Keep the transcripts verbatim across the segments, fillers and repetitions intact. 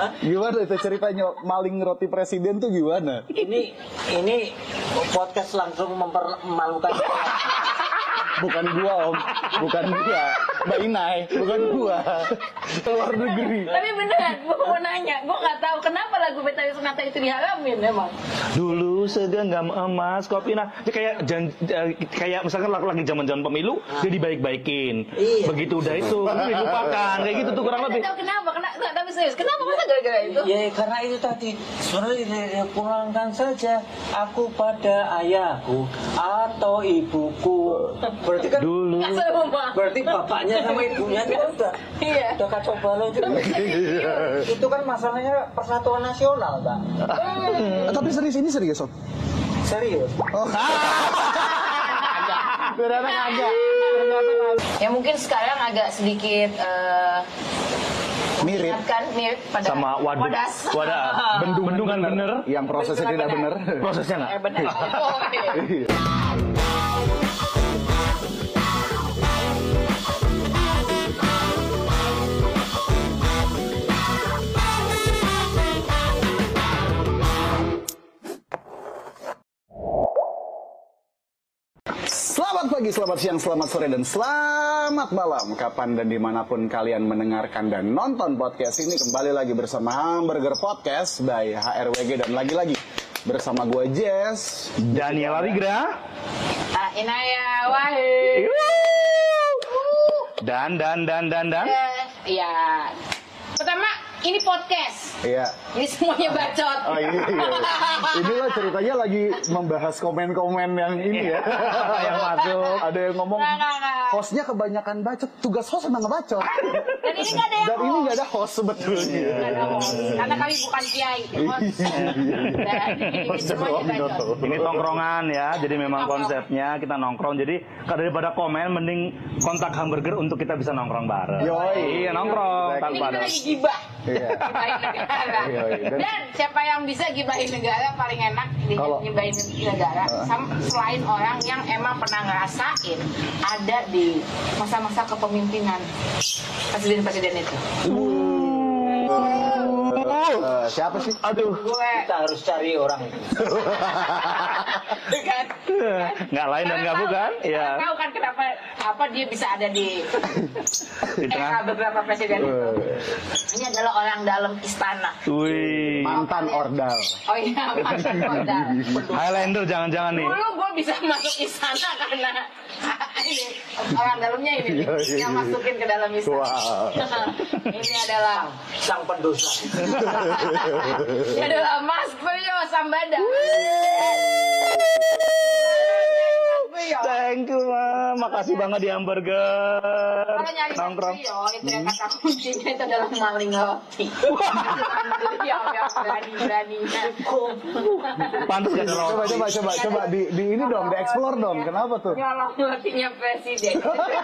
Gimana itu ceritanya maling roti presiden tuh gimana? Ini ini podcast langsung mempermalukan. Bukan gua om, bukan gua, Mbak Inai, bukan gua. Luar negeri. Tapi beneran, gua mau nanya, gua nggak tahu kenapa lagu Betawis Sonata itu dihalamin emang. Dulu segenggam emas kopi nah dia kayak jan, kayak misalkan lagi zaman-zaman pemilu dia dibaik-baikin. Iya. Begitu udah itu dilupakan kayak gitu tuh kurang lebih. Nggak tahu kenapa, kenapa nggak tapi serius, kenapa masa gara-gara itu? Ya karena itu tadi sebenarnya pulangkan saja aku pada ayahku atau ibuku. Berarti kan Dulu berarti bapaknya sama ibunya kan udah Iya. udah kacau balau juga. Itu kan masalahnya persatuan nasional, Mbak. Eh, tapi serius ini serius om? Serius. Oh. Ternyata kagak. Ternyata kagak. Ya mungkin sekarang agak sedikit uh, Mirip. kan mirip pada sama waduk Wadas. wadah Bendung bendungan bener yang prosesnya tidak benar. prosesnya nggak Eh benar. Oh, oke. Selamat pagi, selamat siang, selamat sore, dan selamat malam. Kapan dan dimanapun kalian mendengarkan dan nonton podcast ini, kembali lagi bersama Hamburger Podcast by H R W G. Dan lagi-lagi bersama gue Jess, Daniel Arigra Ah, Inaya Wahid. dan dan dan dan dan Eh, ya. Pertama, ini podcast. Iya. Ini semuanya bacot. Oh iya, iya. Inilah ceritanya lagi membahas komen-komen yang ini ya. yang masuk. Ada yang ngomong, Nggak, nggak, nggak. hostnya kebanyakan bacot. Tugas host emang ngebacot. Dan ini nggak ada yang Dan ini host. nggak ada host sebetulnya. Nggak ada host. Karena kami bukan kiai. Host. Dan ini semuanya bacot. Ini tongkrongan ya, jadi memang konsepnya kita nongkrong. Jadi daripada komen, mending kontak Hamburger untuk kita bisa nongkrong bareng. Yoi. Iya nongkrong Exactly. Ini tanpa kita ada. lagi gibah. Iya. Gibahin negara. Iya, iya. Dan- Dan siapa yang bisa gibahin negara paling enak di Kalau- gibahin negara sam- selain orang yang emang pernah ngerasain ada di masa-masa kepemimpinan presiden-presiden itu. Eh, siapa sih? Aduh, Gue Kita harus cari orang itu. kan nggak lain dan nggak bukan, ya. tahu kan kenapa apa dia bisa ada di Di era tengah. beberapa presiden itu. Ini adalah orang dalam istana. Wih, Mantan Ordal. Oh iya, mantan modal. Highlander jangan-jangan nih. Dulu gue bisa masuk istana karena ini orang dalamnya ini nih, yang masukin ke dalam istana. Wow. Ini adalah Sang pendosa. ini adalah Mas Priyo Sambada. Thank you, Ma. Makasih banget di Hamburger. Kalau nyari Mas Nongkrong. Priyo itu yang kata kuncinya itu adalah maling roti. Dia yang berani-beraninya. Pantas gak ada Coba, coba, coba, coba di, di ini dong, di explore dong. Kenapa tuh? Nyolong rotinya presiden.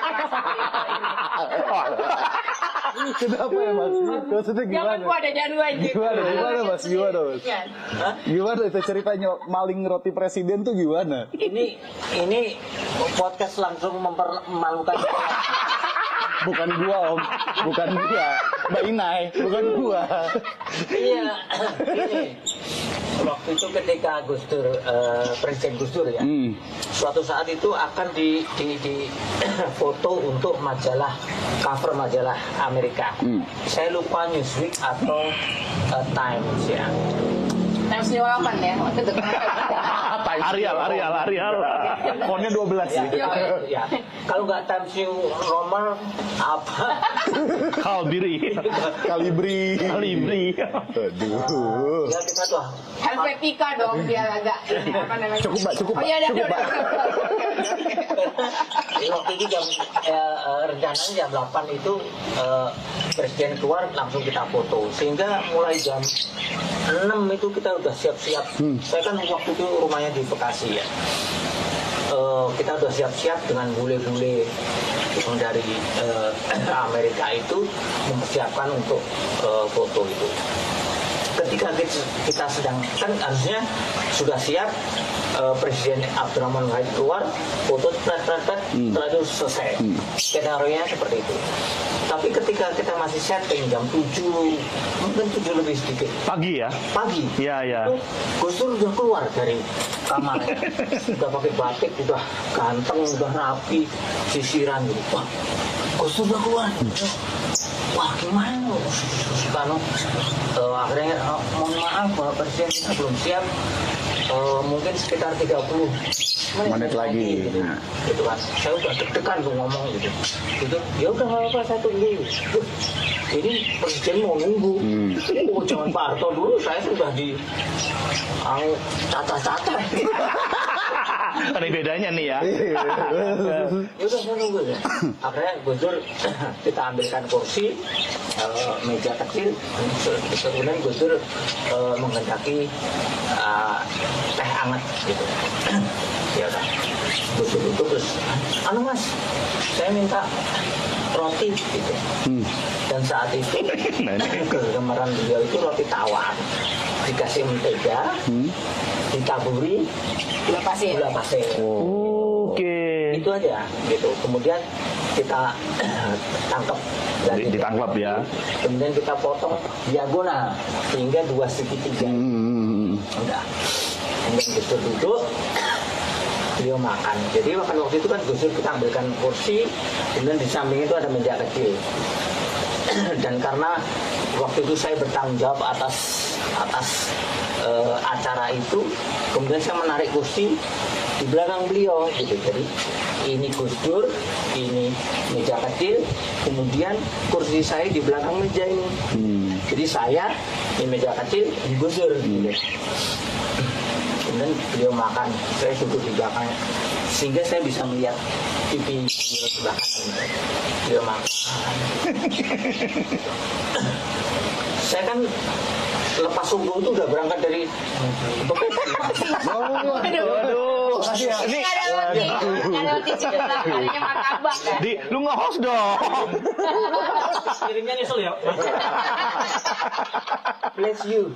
Kenapa ya Mas? Maksudnya Jangan gimana? gua ada jangan aja. Gimana, gimana, Mas? Gimana, Mas? Gimana itu ceritanya maling roti presiden tuh gimana? Ini ini podcast langsung mempermalukan. Bukan gua om, bukan gua, Mbak Inai, bukan gua. Iya, ini waktu itu ketika Gus Dur, eh, Presiden Gus Dur ya, Hmm. suatu saat itu akan di, di, di foto untuk majalah, cover majalah Amerika. Hmm. Saya lupa Newsweek atau eh, Times ya. Times New Roman ya, waktu itu. Arial, Arial, Arial. Fontnya dua belas Ya, sih. ya. Kalau nggak Times New Roman apa? Kalbiri. Kalibri. Kalibri. Aduh. Ya kita tuh. Helvetica dong biar agak ini, apa namanya? Cukup, Mbak, cukup, Oh Mbak, iya, udah, cukup, udah, Mbak. Jadi waktu itu jam eh, eh, rencananya jam delapan itu eh, presiden keluar langsung kita foto, sehingga mulai jam enam itu kita udah siap-siap. Saya kan waktu itu rumahnya di Bekasi ya. Eh, kita udah siap-siap dengan bule-bule yang dari eh, Amerika itu mempersiapkan untuk eh, foto itu. ketika kita sedang kan harusnya sudah siap uh, Presiden Abdurrahman Wahid keluar, foto pret pret pret, Hmm. setelah itu selesai. Hmm. Skenario-nya seperti itu. Tapi ketika kita masih setting jam tujuh, mungkin tujuh lebih sedikit Pagi ya? pagi, Iya, iya. itu Gus Dur udah keluar dari kamar, udah pakai batik, udah ganteng, udah rapi, sisiran gitu. Wah, Gus Dur udah keluar. Wah, gimana? Karena uh, akhirnya uh, mohon maaf Bapak Presiden kita belum siap. Uh, mungkin sekitar tiga puluh Menit lagi. gitu. Gitu kan. Saya udah deg-degan tuh ngomong gitu. Gitu. Ya udah nggak apa-apa, saya tunggu. Duh, ini presiden mau nunggu. Hmm. Oh, jangan Pak Harto dulu, saya sudah di uh, cacat-cacat. Ada bedanya nih ya. Ya udah saya nunggu ya. Akhirnya Gus Dur kita ambilkan kursi, uh, meja kecil, kemudian Gus Dur uh, menghendaki uh, teh hangat gitu. Ya udah, Gus Dur itu terus, anu Mas, saya minta roti gitu. Hmm. Dan saat itu Nah, ini. kegemaran beliau itu roti tawar, dikasih mentega, Hmm. ditaburi Gula pasir. gula pasir. Oke. Itu aja gitu. Kemudian kita tangkap lagi, Ditangkap ya. kemudian kita potong diagonal sehingga dua segitiga. Hmm. Udah, kemudian Gus Dur duduk, beliau makan. Jadi makan waktu itu kan Gus Dur kita ambilkan kursi, kemudian di samping itu ada meja kecil. Dan karena waktu itu saya bertanggung jawab atas atas uh, acara itu, kemudian saya menarik kursi di belakang beliau gitu. Jadi ini Gus Dur, ini meja kecil, kemudian kursi saya di belakang meja ini. Hmm. Jadi saya di meja kecil, di Gus Dur gitu. Kemudian beliau makan, saya duduk di belakang, sehingga saya bisa melihat T V beliau di belakang. Beliau makan. Saya kan lepas subuh itu udah berangkat dari Oh, Waduh. Ini Ada roti, ada roti sebelah, adanya martabak kan. di lu nge-host dong. kirimnya nyesel ya. Bless you.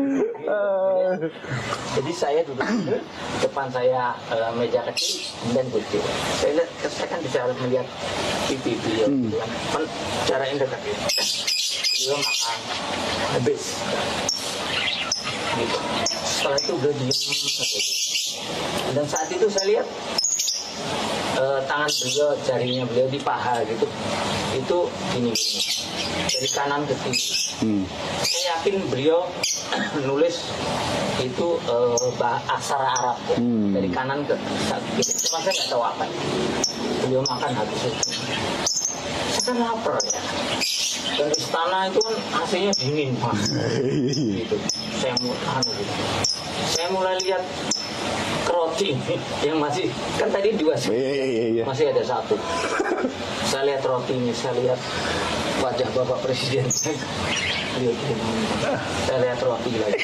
Jadi saya duduk di depan saya uh, meja kecil, kemudian Gus Dur. Saya lihat, saya kan bisa melihat T V beliau, gitu kan. Kan jaraknya dekat gitu. Beliau makan habis. Gitu. Setelah itu udah diem gitu. Dan saat itu saya lihat uh, tangan beliau, jarinya beliau di paha gitu, itu gini gini dari kanan ke kiri. Hmm. Saya yakin beliau nulis itu uh, bah- aksara Arab ya. Hmm. Dari kanan ke kiri. Cuma saya nggak tahu apa. Beliau makan habis itu. Saya kan lapar ya. Dan istana itu kan A C-nya dingin mas. Gitu. Saya mulai gitu. Saya mulai lihat roti yang masih kan tadi dua sih. Iya, iya, iya. Masih ada satu. Saya lihat rotinya, saya lihat wajah Bapak Presiden. Beliau gini. Saya lihat roti lagi.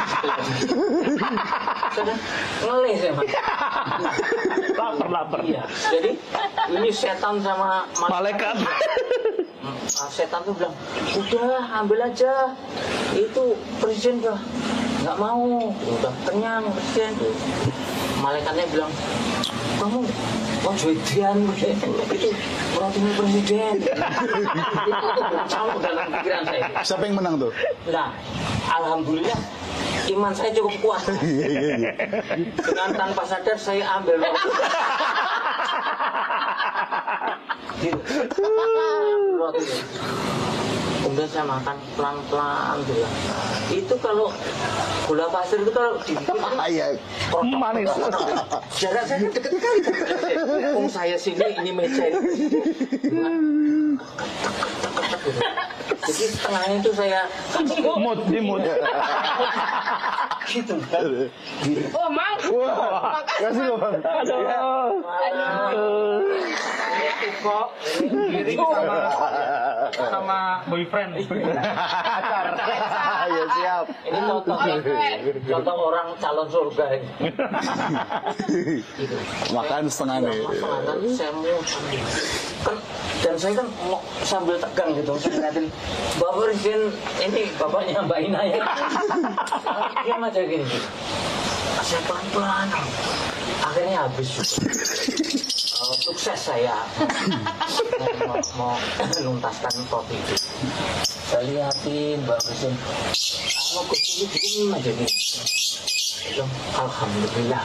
Saya ngelih saya mas. Lapar, lapar. Iya. Jadi ini setan sama Malaikat. Ah, setan tuh bilang, udah ambil aja. Itu presiden udah nggak mau, udah kenyang presiden. Malaikatnya bilang, kamu mau juidian itu rotinya presiden. Itu campur dalam pikiran saya. Siapa yang menang tuh? Nah, alhamdulillah iman saya cukup kuat. Iya, iya, iya. Dengan tanpa sadar saya ambil roti. Gitu. Roti. Kemudian saya makan pelan-pelan bilang. Itu kalau gula pasir itu kalau di Iya. Manis. jarak saya kan deket sekali. Om saya sini, ini meja ini. Jadi setengahnya itu saya Mood, di mood. gitu kan. Oh, mau. Wah, kasih loh bang. Aduh. Kok Diri sama sama boyfriend. Ya siap. Mantap. Ini contoh, contoh orang calon surga ini. Gitu. Makan setengah nih. Makan kan saya mau kan dan saya kan mau sambil tegang gitu saya ngeliatin Bapak Presiden ini bapaknya Mbak Ina ya. Dia aja gini gitu. Saya pelan-pelan. Akhirnya habis juga. Uh, sukses saya mau, mau menuntaskan top itu. Saya lihatin Mbak Presiden, kalau kecil begini aja nih. Alhamdulillah.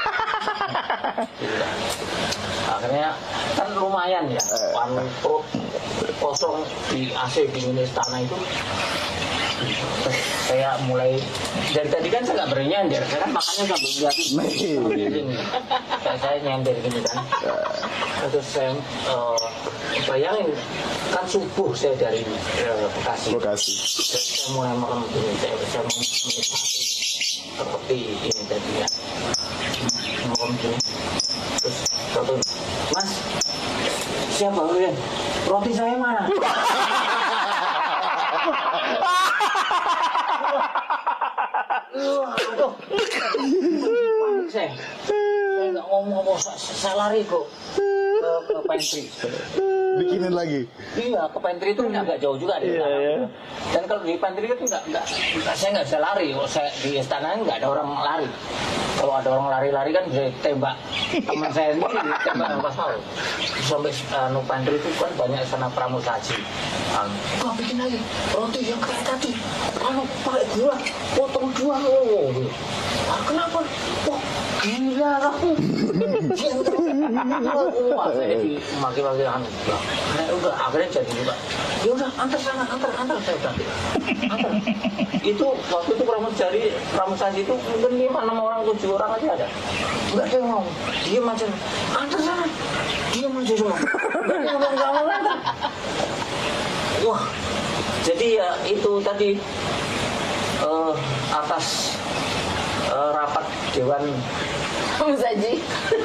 Akhirnya kan lumayan ya, pan perut kosong di A C dingin istana itu. Terus saya mulai dari tadi kan saya nggak berani nyender, saya kan makannya sambil liatin. Saya, saya nyender gini kan. Terus saya uh, bayangin kan subuh saya dari uh, Bekasi. Bekasi. Terus saya mulai makan begini, saya saya menikmati seperti ini tadi ya. Makan begini. Terus satu, Mas, siapa kalian? Roti saya mana? Aduh, panik saya. Saya nggak ngomong-ngomong, saya, saya lari kok ke, ke pantry. Bikinin lagi. Iya, ke pantry itu agak jauh juga di istana. Iya, iya. Dan kalau di pantry itu nggak, nggak, saya nggak bisa lari. Saya di istana nggak ada orang lari. Kalau ada orang lari-lari kan bisa tembak teman saya sendiri, tembak yang pas mau. Sampai uh, pantry itu kan banyak sana pramusaji. Kau bikin lagi roti yang kayak tadi. Kalau pakai gula, potong dua loh. Ah, kenapa? Wah, gila kamu. Wah, saya di maki-maki anu. Nah, udah akhirnya jadi juga. Ya udah, antar sana, antar, antar saya udah. Antar. Itu waktu itu pramugari, pramusaji itu mungkin lima enam orang, tujuh orang aja ada. Enggak ada yang mau. Diam aja. Antar sana. Diam aja semua. Enggak ada yang mau antar. Wah, jadi ya itu tadi uh, atas uh, rapat Dewan Musaji.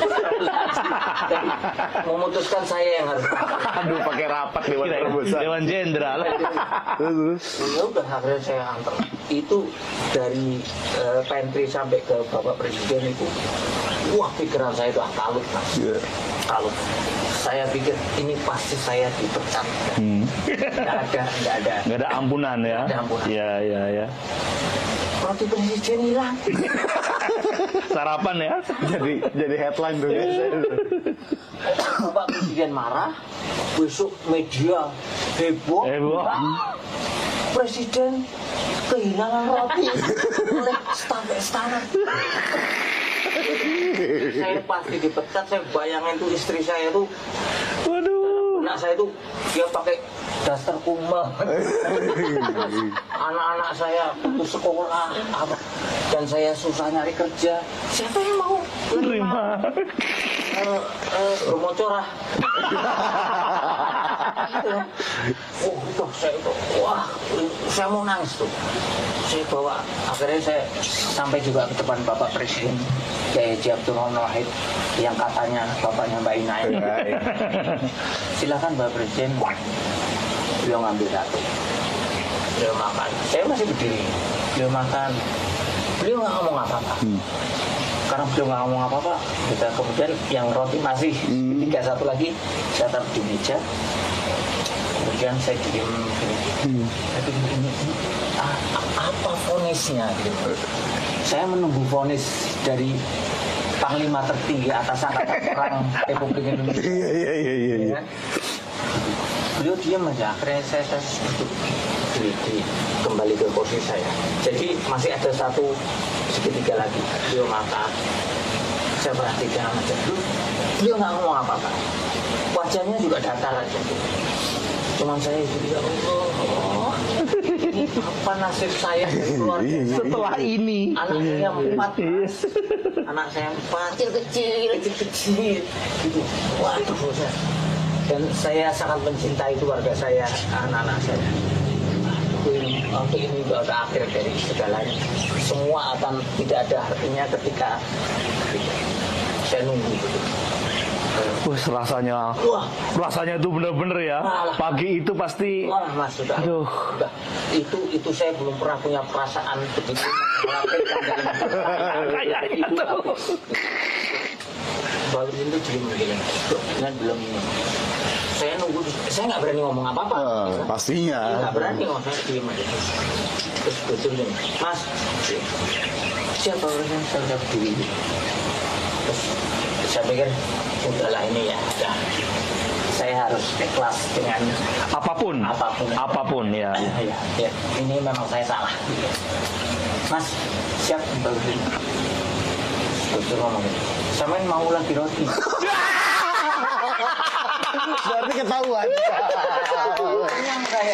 memutuskan saya yang harus. Aduh, pakai rapat Dewan Perbusan. Dewan Jenderal. Ya udah akhirnya saya antar. Itu dari uh, pantry sampai ke Bapak Presiden itu, wah pikiran saya itu kalut mas. Yeah. Kalut. Saya pikir ini pasti saya dipecat. Hmm. Nggak ada, nggak ada. Nggak ada ampunan ya? Nggak ada ampunan. Iya, iya, iya. Roti Presiden hilang. Sarapan ya? Jadi jadi headline tuh guys. Bapak Presiden marah, besok media heboh. Heboh. Presiden kehilangan roti oleh staf istana. Saya pasti dipecat. Saya bayangin tuh istri saya tuh, Waduh. anak saya tuh dia pakai daster kumbang. Anak-anak saya putus sekolah, apa, dan saya susah nyari kerja. Siapa yang mau Terima. Uh, uh, rumah corah. Gitu. Oh, itu saya itu, wah, saya mau nangis tuh. Saya bawa, akhirnya saya sampai juga ke depan Bapak Presiden Kiai Haji Abdul Rahman Wahid yang katanya bapaknya Mbak Ina ini. Silakan Bapak Presiden. Beliau ngambil satu. Beliau makan. Saya masih berdiri. Beliau makan. Beliau nggak ngomong apa-apa. Hmm. Karena beliau nggak ngomong apa-apa, kita kemudian yang roti masih hmm. tiga satu lagi saya taruh di meja. Kemudian saya diam gini. Hmm. Tapi ini, ini ah, apa vonisnya gitu. Saya menunggu vonis dari Panglima tertinggi atas angkatan perang Republik Indonesia. Iya iya iya iya. Ya, beliau diam aja. Akhirnya saya tes duduk di, di, kembali ke kursi saya. Jadi masih ada satu segitiga lagi. Beliau makan. Saya perhatikan aja dulu. Beliau nggak ngomong apa-apa. Wajahnya juga datar aja. Cuman saya itu ya Allah, ini apa nasib saya dari keluarga Setelah ini. anak saya empat, anak saya empat, kecil-kecil, kecil-kecil, gitu. Waduh, saya. Dan saya sangat mencintai keluarga saya, anak-anak saya. Waktu ini sudah akhir dari segalanya. Semua akan tidak ada artinya ketika saya nunggu. Wah, rasanya, Wah. rasanya itu bener-bener ya. Pagi itu pasti. Wah, Mas, sudah. Aduh. Sudah. Itu itu saya belum pernah punya perasaan begitu mengkhawatirkan dalam Kayak itu. baru itu diem begini. Dan belum ini. Saya nunggu, saya nggak berani ngomong apa-apa. Eh, pastinya. Saya nggak berani ngomong, saya diem aja. Terus betul ini, Mas, siapa orangnya saya diri? Terus saya pikir, udahlah ini ya, udah. Saya harus ikhlas dengan Apapun, apapun. apapun ya. Ya, ya, ini memang saya salah. Mas, siap baru ini. Betul ngomong gitu. Samain mau lagi roti. Berarti ketahuan. Yang saya.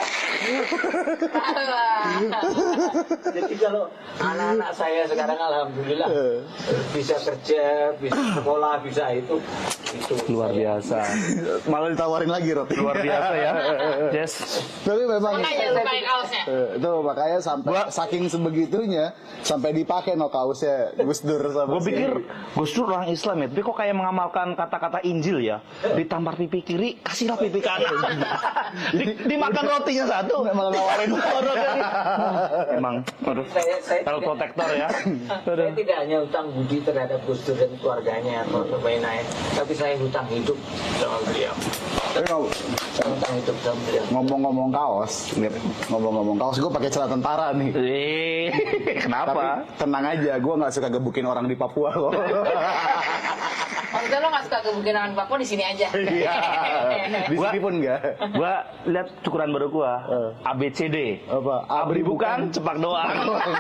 Jadi kalau anak-anak saya sekarang alhamdulillah bisa kerja, bisa sekolah, bisa itu, itu Luar saya. biasa. Malah ditawarin lagi roti. Luar biasa ya. Yes. Tapi memang Makanya lu pakai kaosnya. eh, itu makanya sampai Gua- saking sebegitunya sampai dipakai no kaosnya Gus Dur sama Gue si- pikir Gus Dur orang Islam ya, tapi kok kayak mengamalkan kata-kata Injil ya. Ditampar pipi kiri, kasihlah pipi kanan. Di- dimakan rotinya satu, malah nawarin. Emang, aduh, Saya, saya, kalau tidak, protektor ya. saya tidak hanya hutang budi terhadap Gus Dur dan keluarganya atau pemainnya, tapi saya hutang hidup sama beliau. Tapi ngom- Saya hutang hidup sama beliau. ngomong-ngomong kaos, nih, ngomong-ngomong kaos, gue pakai celana tentara nih. Eh, Tapi kenapa? tenang aja, gue nggak suka gebukin orang di Papua kok. Maksudnya lo gak suka gebukin orang di Papua di sini aja. Iya, di sini pun nggak. Gua lihat cukuran baru gua, Eh. A B C D. Apa? Abri bukan, cepak doang.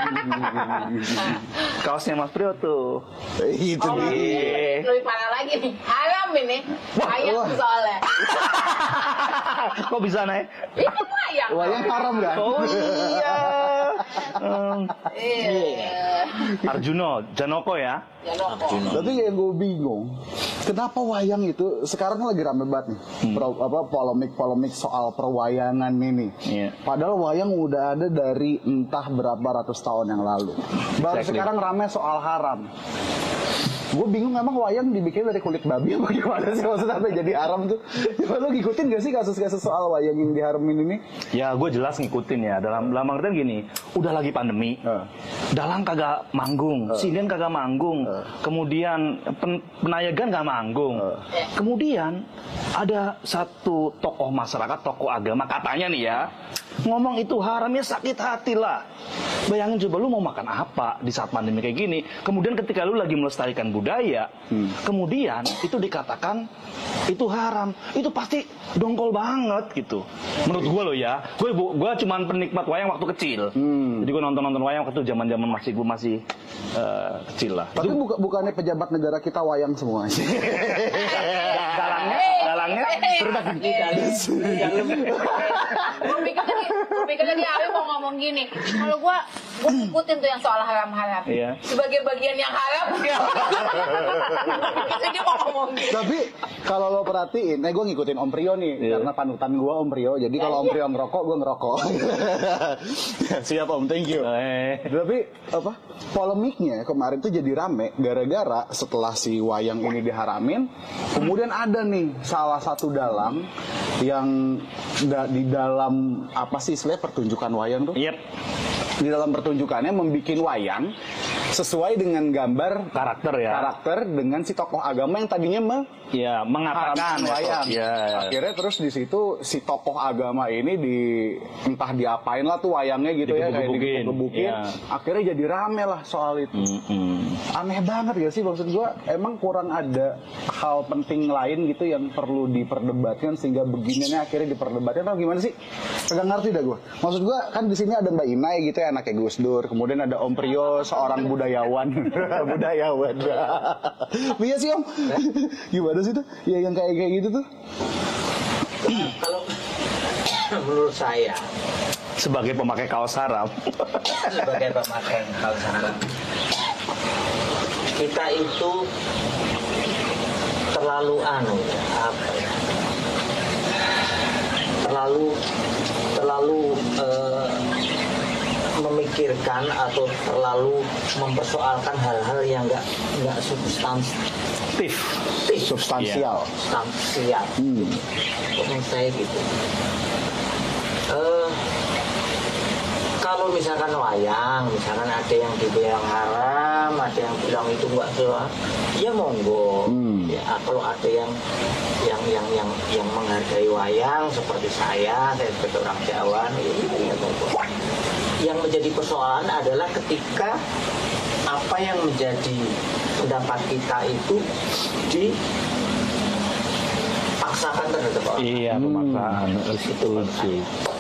Kaosnya Mas Prio tuh. Eh, Itu Oh, dia. lebih, lebih parah lagi nih. Haram ini. Ayam wah. soalnya. Kok bisa naik? Ini kan wayang. Wayang haram kan? Oh iya. Hmm, Iya. Arjuno, Janoko ya. Ya noko. Tapi yang gue bingung, kenapa wayang itu sekarang lagi rame banget nih, Pro- apa polemik-polemik soal perwayangan ini. Iya. Padahal wayang udah ada dari entah berapa ratus tahun yang lalu. Baru Exactly. sekarang rame soal haram. Gue bingung emang wayang dibikin dari kulit babi apa gimana sih maksudnya sampai jadi haram tuh? Coba lu ngikutin gak sih kasus-kasus soal wayang yang diharumin ini? Ya gue jelas ngikutin ya. Dalam dalam artian gini, udah lagi pandemi. Eh. Dalang kagak manggung, Silian kagak manggung, kemudian pen, penayagan gak manggung. Kemudian ada satu tokoh masyarakat, tokoh agama katanya nih ya, ngomong itu haram, ya sakit hati lah. Bayangin coba lu mau makan apa di saat pandemi kayak gini. Kemudian ketika lu lagi melestarikan budaya, kemudian itu dikatakan itu haram. Itu pasti dongkol banget gitu. Menurut gue loh ya. Gue gue cuman penikmat wayang waktu kecil. Jadi gue nonton-nonton wayang waktu zaman-zaman masih gue masih eh, kecil lah. Tapi buka, bukannya pejabat negara kita wayang semua sih? Dalangnya, dalangnya berbagi. Di dalam, di dalam Gue pikir tadi, gue pikir tadi Awi mau ngomong gini. Kalau gue, gue ngikutin tuh yang soal haram-haram. Iya. Sebagai bagian yang haram. Itu dia mau ngomong gitu. Tapi kalau lo perhatiin, eh gue ngikutin Om Prio nih, Iya. karena panutan gue Om Prio. Jadi kalau Om Prio ngerokok, gue ngerokok. Siap Om, thank you. Eh. Tapi apa? Polemiknya kemarin tuh jadi rame gara-gara setelah si wayang ini diharamin, kemudian ada nih salah satu dalang yang da- di dalam apa sih istilahnya pertunjukan wayang tuh? Yep. Di dalam pertunjukannya membikin wayang sesuai dengan gambar Karakter ya. karakter dengan si tokoh agama yang tadinya me Ya, mengatakan haramkan wayang. Ya. Akhirnya terus di situ si tokoh agama ini di entah diapain lah tuh wayangnya gitu ya kayak Digebuk-gebukin. digebuk-gebukin. Iya. Akhirnya jadi rame lah soal itu. Mm-mm. Aneh banget gak sih maksud gua? Emang kurang ada hal penting lain gitu yang perlu diperdebatkan sehingga beginiannya akhirnya diperdebatkan atau gimana sih? Kagak ngerti dah gua. Maksud gua kan di sini ada Mbak Inai gitu ya anaknya Gus Dur, kemudian ada Om Prio seorang budayawan. budayawan. Iya sih Om. Gimana sih tuh? Ya yang kayak kayak gitu tuh. kalau menurut saya Sebagai pemakai kaos haram. sebagai pemakai kaos haram, kita itu terlalu anu ya, apa ya, terlalu terlalu eh, memikirkan atau terlalu mempersoalkan hal-hal yang nggak nggak substansi Tif. Substansial. Substansial. Hmm. Menurut saya gitu. Eh, kalau misalkan wayang, misalkan ada yang dibilang haram, ada yang bilang itu enggak salah, ya monggo. Hmm. Ya kalau ada yang yang yang yang yang menghargai wayang seperti saya, saya sebagai orang Jawa, ya, ya monggo. Yang menjadi persoalan adalah ketika apa yang menjadi pendapat kita itu dipaksakan terhadap orang. Iya, pemaksaan. Itu sih.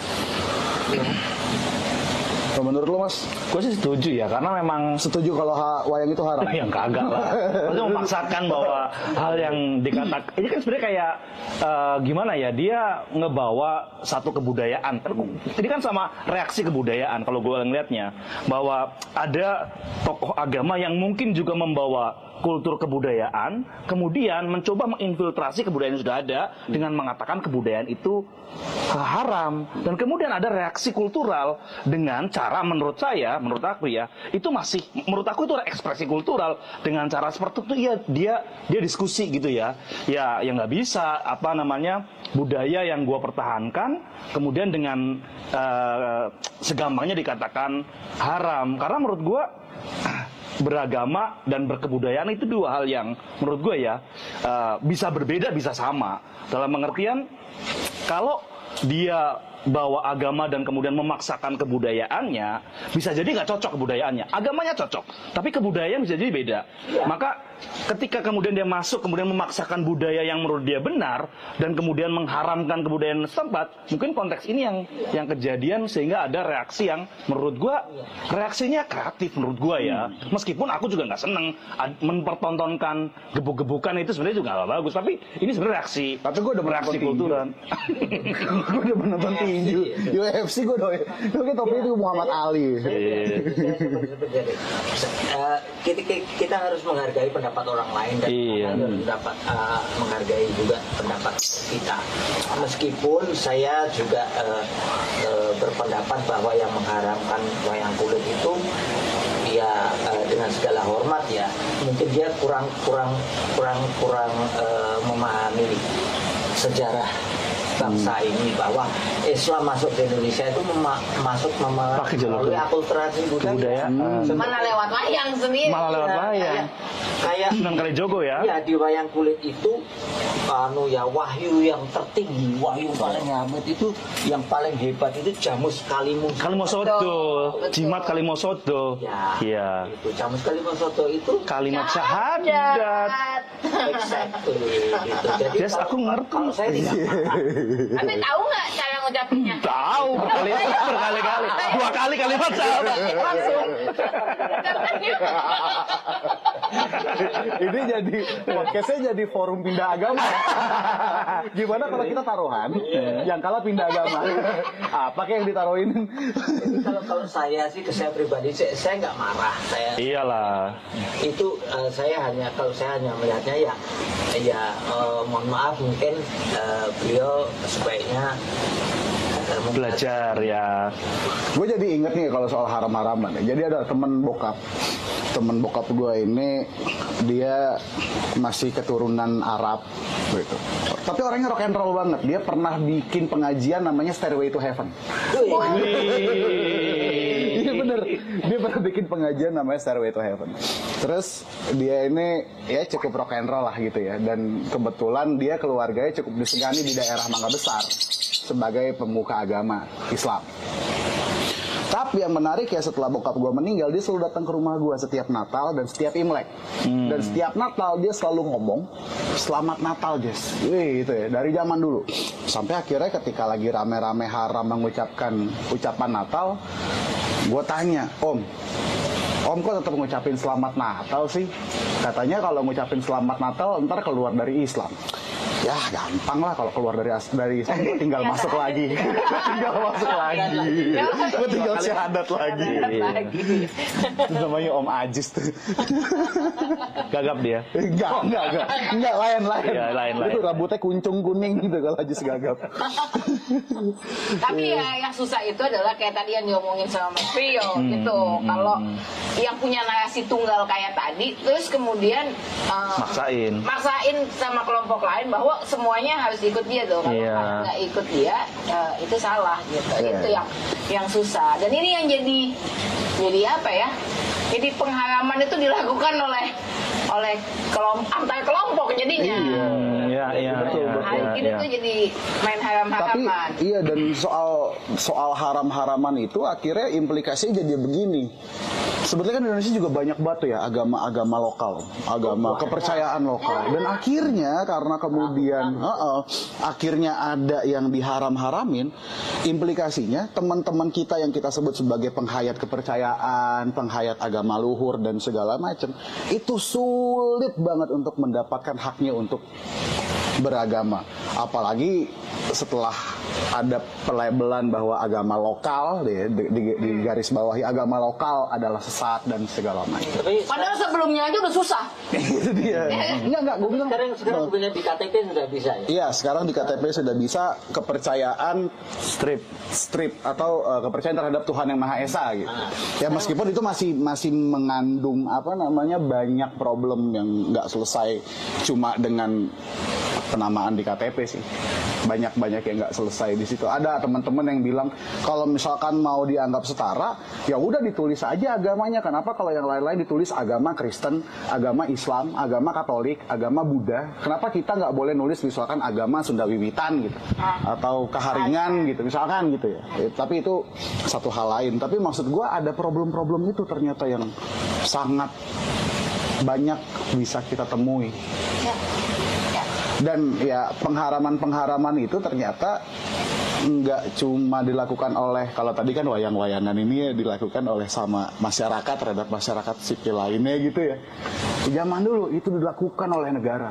Kalau menurut lo Mas? Gue sih setuju ya, karena memang Setuju kalau ha- wayang itu haram? yang kagak lah. Maksudnya memaksakan bahwa hal yang dikatakan ini kan sebenarnya kayak eh, gimana ya, dia ngebawa satu kebudayaan. Ini kan sama reaksi kebudayaan kalau gue ngelihatnya, bahwa ada tokoh agama yang mungkin juga membawa kultur kebudayaan, kemudian mencoba menginfiltrasi kebudayaan yang sudah ada dengan mengatakan kebudayaan itu haram, dan kemudian ada reaksi kultural dengan cara, menurut saya, menurut aku ya, itu masih, menurut aku itu ekspresi kultural dengan cara seperti itu. Ya dia dia diskusi gitu ya, ya yang nggak bisa apa namanya budaya yang gua pertahankan kemudian dengan uh, segampangnya dikatakan haram, karena menurut gua beragama dan berkebudayaan itu dua hal yang menurut gue ya uh, bisa berbeda bisa sama, dalam pengertian kalau dia bawa agama dan kemudian memaksakan kebudayaannya, bisa jadi nggak cocok kebudayaannya. Agamanya cocok, tapi kebudayaan bisa jadi beda. Ya. Maka ketika kemudian dia masuk, kemudian memaksakan budaya yang menurut dia benar, dan kemudian mengharamkan kebudayaan setempat, mungkin konteks ini yang yang kejadian sehingga ada reaksi yang menurut gua reaksinya kreatif menurut gua ya. Meskipun aku juga nggak seneng mempertontonkan gebuk-gebukan itu sebenarnya juga nggak bagus, tapi ini sebenarnya reaksi. Tapi gua udah reaksi kultural. Gue udah menonton tinju, U F C gue udah. Oke, topi itu Muhammad Ali. Uh, kita, kita harus menghargai pendapat orang lain dan iya. harus dapat uh, menghargai juga pendapat kita. Meskipun saya juga uh, uh, berpendapat bahwa yang mengharamkan wayang kulit itu ya uh, dengan segala hormat ya, mungkin dia kurang kurang kurang kurang uh, memahami sejarah bangsa ini, bahwa Islam masuk ke Indonesia itu mema- masuk melalui akulturasi budaya. Hmm. Mana lewat wayang sendiri. Malah lewat Ya, wayang. Kayak Sunan Kalijogo ya. Ya, di wayang kulit itu anu ya, wahyu yang tertinggi, wahyu paling hamid itu, yang paling hebat itu Jamus Kalimus. Kalimosodo, Jimat Kalimosodo. Ya. Iya. Itu Jamus Kalimosodo itu Kalimat syahadat. exactly gitu. Jadi Yes, aku kalau- ngerti. kalau saya tidak Tapi tahu nggak cara ngucapinnya? Tahu berkali berkali-kali, dua kali kalimat syahadat langsung. Ini jadi podcastnya jadi forum pindah agama. Gimana kalau kita taruhan, yang kalah pindah agama? Apa kayak yang ditaruhin? kalau kalau saya sih, ke saya pribadi, saya saya nggak marah. Saya Iyalah. itu uh, saya hanya kalau saya hanya melihatnya ya ya uh, mohon maaf, mungkin uh, beliau sebaiknya uh, mungkin- Belajar ya. Gue jadi inget nih kalau soal haram-haraman. Jadi ada temen bokap, temen bokap gue ini dia masih keturunan Arab gitu. Tapi orangnya rock and roll banget. Dia pernah bikin pengajian namanya Stairway to Heaven. Iya bener, dia pernah bikin pengajian namanya Stairway to Heaven. Terus dia ini ya cukup rock and roll lah gitu ya. Dan kebetulan dia keluarganya cukup disegani di daerah Mangga Besar sebagai pemuka agama Islam. Tapi yang menarik ya, setelah bokap gue meninggal, dia selalu datang ke rumah gue setiap Natal dan setiap Imlek. Hmm. Dan setiap Natal dia selalu ngomong, "Selamat Natal, Jess." Wih, gitu ya, dari zaman dulu. Sampai akhirnya ketika lagi rame-rame haram mengucapkan ucapan Natal, gue tanya, "Om, Om kok tetap ngucapin Selamat Natal sih?" Katanya kalau ngucapin Selamat Natal ntar keluar dari Islam. Ya gampang lah, kalau keluar dari dari Islam gue tinggal masuk lagi, tinggal masuk lagi, gue tinggal syahadat lagi. Itu namanya Om Ajis tuh. Gagap dia. Enggak, enggak, enggak, enggak, lain-lain. Iya, lain-lain. Itu rambutnya kuncung kuning gitu kalau Ajis gagap. Tapi ya yang susah itu adalah kayak tadi yang diomongin sama Mas Prio Hmm, gitu. hmm, Kalau hmm. yang punya narasi tunggal kayak tadi, terus kemudian uh, Maksain. maksain sama kelompok lain bahwa semuanya harus ikut dia tuh. Kalau Iya. nggak ikut dia, uh, itu salah gitu. Iya. Itu yang yang susah. Dan ini yang jadi jadi apa ya? Jadi pengharaman itu dilakukan oleh oleh kelompok antar kelompok jadinya. Iya. Iya, iya, Betul, iya, betul. Hari iya, ini iya. tuh jadi main Tapi haram-haraman. iya, dan soal soal haram-haraman itu akhirnya implikasinya jadi begini. Sebetulnya kan Indonesia juga banyak batu ya agama-agama lokal, agama kepercayaan lokal. Dan akhirnya karena kemudian uh-uh, akhirnya ada yang diharam-haramin, implikasinya teman-teman kita yang kita sebut sebagai penghayat kepercayaan, penghayat agama luhur dan segala macam, itu sulit banget untuk mendapatkan haknya untuk beragama. Apalagi setelah ada pelabelan bahwa agama lokal di, di, di, di garis bawahi agama lokal adalah sesat dan segala macam. Tapi Padahal sebelumnya aja udah susah. Itu dia. Enggak enggak, gue bilang. sekarang sekarang sebenarnya di K T P sudah bisa ya. Iya, sekarang di K T P sudah bisa kepercayaan Strip. strip atau uh, kepercayaan terhadap Tuhan yang Maha Esa gitu. Ya meskipun itu masih masih mengandung apa namanya banyak problem yang nggak selesai cuma dengan penamaan di K T P sih. Banyak-banyak yang nggak selesai di situ. Ada teman-teman yang bilang kalau misalkan mau dianggap setara, ya udah ditulis aja agamanya. Kenapa kalau yang lain-lain ditulis agama Kristen, agama Islam, agama Katolik, agama Buddha? Kenapa kita nggak boleh nulis misalkan agama Sunda Wiwitan gitu, atau Kaharingan gitu, misalkan gitu ya. Eh, tapi itu satu hal lain. Tapi maksud gue ada problem-problem itu ternyata yang sangat banyak bisa kita temui. Ya. Ya. Dan ya pengharaman-pengharaman itu ternyata nggak cuma dilakukan oleh, kalau tadi kan wayang-wayangan ini ya dilakukan oleh sama masyarakat terhadap masyarakat sipil lainnya gitu ya. Zaman dulu itu dilakukan oleh negara.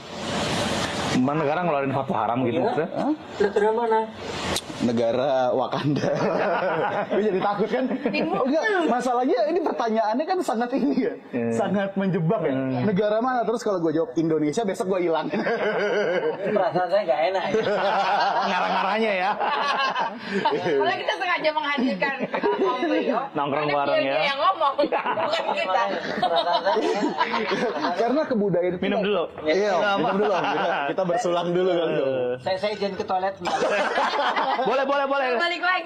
Mana negara ngeluarin fatwa haram gitu? Iya. Hah? Negara mana? Negara Wakanda. Gue jadi takut kan? Enggak, masalahnya ini pertanyaannya kan sangat ini ya, Yeah. sangat menjebak ya. Negara mana? Terus kalau gue jawab Indonesia, besok gue hilang. Perasaan saya nggak enak. Ya. Ngarang-ngarangnya ya. Kalau kita sengaja menghadirkan uh, Om Rio, Nongkrong karena bareng dia ya. yang ngomong, bukan kita. Perasaan saya nggak enak. Karena kebudayaan itu Minum dulu. Iya, minum dulu. Kita, kita bersulang dulu kan. Saya saya izin ke toilet. sebentar. Boleh, boleh, boleh. Balik lagi.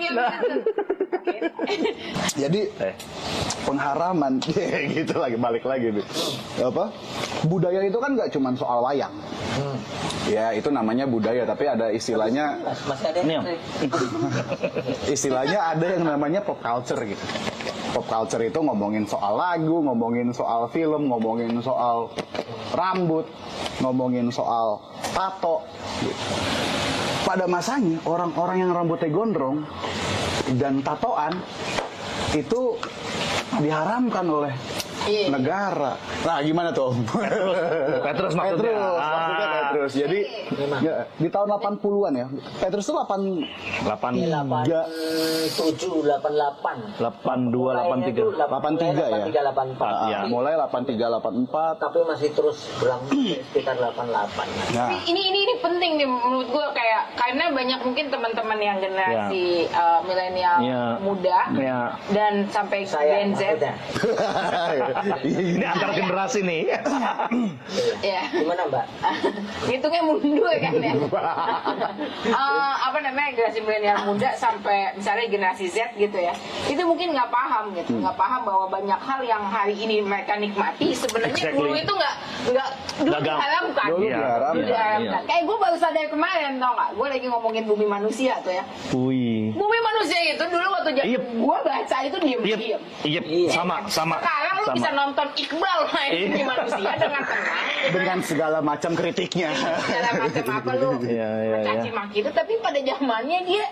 Jadi Eh. pengharaman gitu lagi balik lagi nih. Apa? Budaya itu kan nggak cuma soal wayang. Ya, itu namanya budaya, tapi ada istilahnya Masih ada Ini, yang Om. istilahnya ada yang namanya pop culture gitu. Pop culture itu ngomongin soal lagu, ngomongin soal film, ngomongin soal rambut, ngomongin soal tato. Gitu. Pada masanya orang-orang yang rambutnya gondrong dan tatoan itu diharamkan oleh Iya. negara. Nah, gimana tuh? Petrus maksudnya. Petrus, Ah. maksudnya Petrus. Jadi Memang. ya, di tahun delapan puluhan ya. Petrus itu delapan delapan delapan tujuh delapan delapan delapan dua delapan tiga. delapan tiga ya. delapan tiga delapan empat. Ah, Ya. mulai delapan tiga delapan empat. Tapi masih terus berlangsung sekitar delapan delapan. Nah, Tapi ini ini ini penting nih menurut gue, kayak karena banyak mungkin teman-teman yang generasi uh, milenial Iya. muda Iya. dan sampai Saya Gen Z maksudnya. Ini antar generasi nih. ya. Gimana Mbak? Hitungnya mundur kan ya. Eh, apa namanya, generasi milenial muda sampai misalnya generasi Z gitu ya, itu mungkin nggak paham gitu, nggak paham bahwa banyak hal yang hari ini mereka nikmati sebenarnya Exactly. dulu itu nggak nggak dulu Gagal. diharamkan. Dulu Iya. diharamkan. Dulu diharamkan. Iya. Kayak gue baru sadar kemarin, tau nggak? Gue lagi ngomongin bumi manusia tuh ya. Wih. Bumi manusia itu dulu waktu jadi Iya. gue baca itu Iya, diem-diem. iya, Iya. sama, sama. Sekarang lu sama. bisa nonton Iqbal main Iya. bumi manusia dengan tenang. dengan segala macam kritiknya. Segala macam apa lu Iya, iya, mencaci iya. maki itu, tapi pada zamannya dia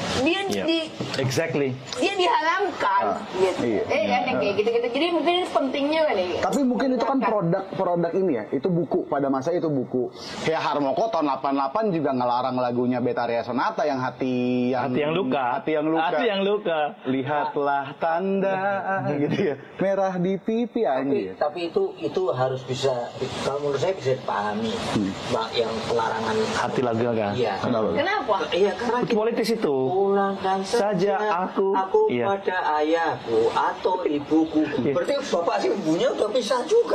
dia Iya. di Exactly. dia diharamkan Ah, gitu. iya. Eh kan yang kayak gitu-gitu. Jadi mungkin ini penting juga nih. Tapi mungkin itu kan produk-produk ini ya, itu buku, pada masa itu buku. Kayak Harmoko tahun delapan puluh delapan juga ngelarang lagunya Betharia Sonata yang hati yang Hati yang luka. Hati yang luka. Hati yang luka. Lihatlah tanda gitu ya. Merah di pipi Tapi, anjir. tapi itu itu harus bisa, kalau menurut saya bisa dipahami, Mbak, yang pelarangan. Hati lagu kan. Iya. Kenapa? Kenapa? Iya, karena Itu politis itu. pulangkan Saja aku. aku Iya. pada ayahku atau ibuku. Iya. Berarti bapak si ibunya udah pisah juga.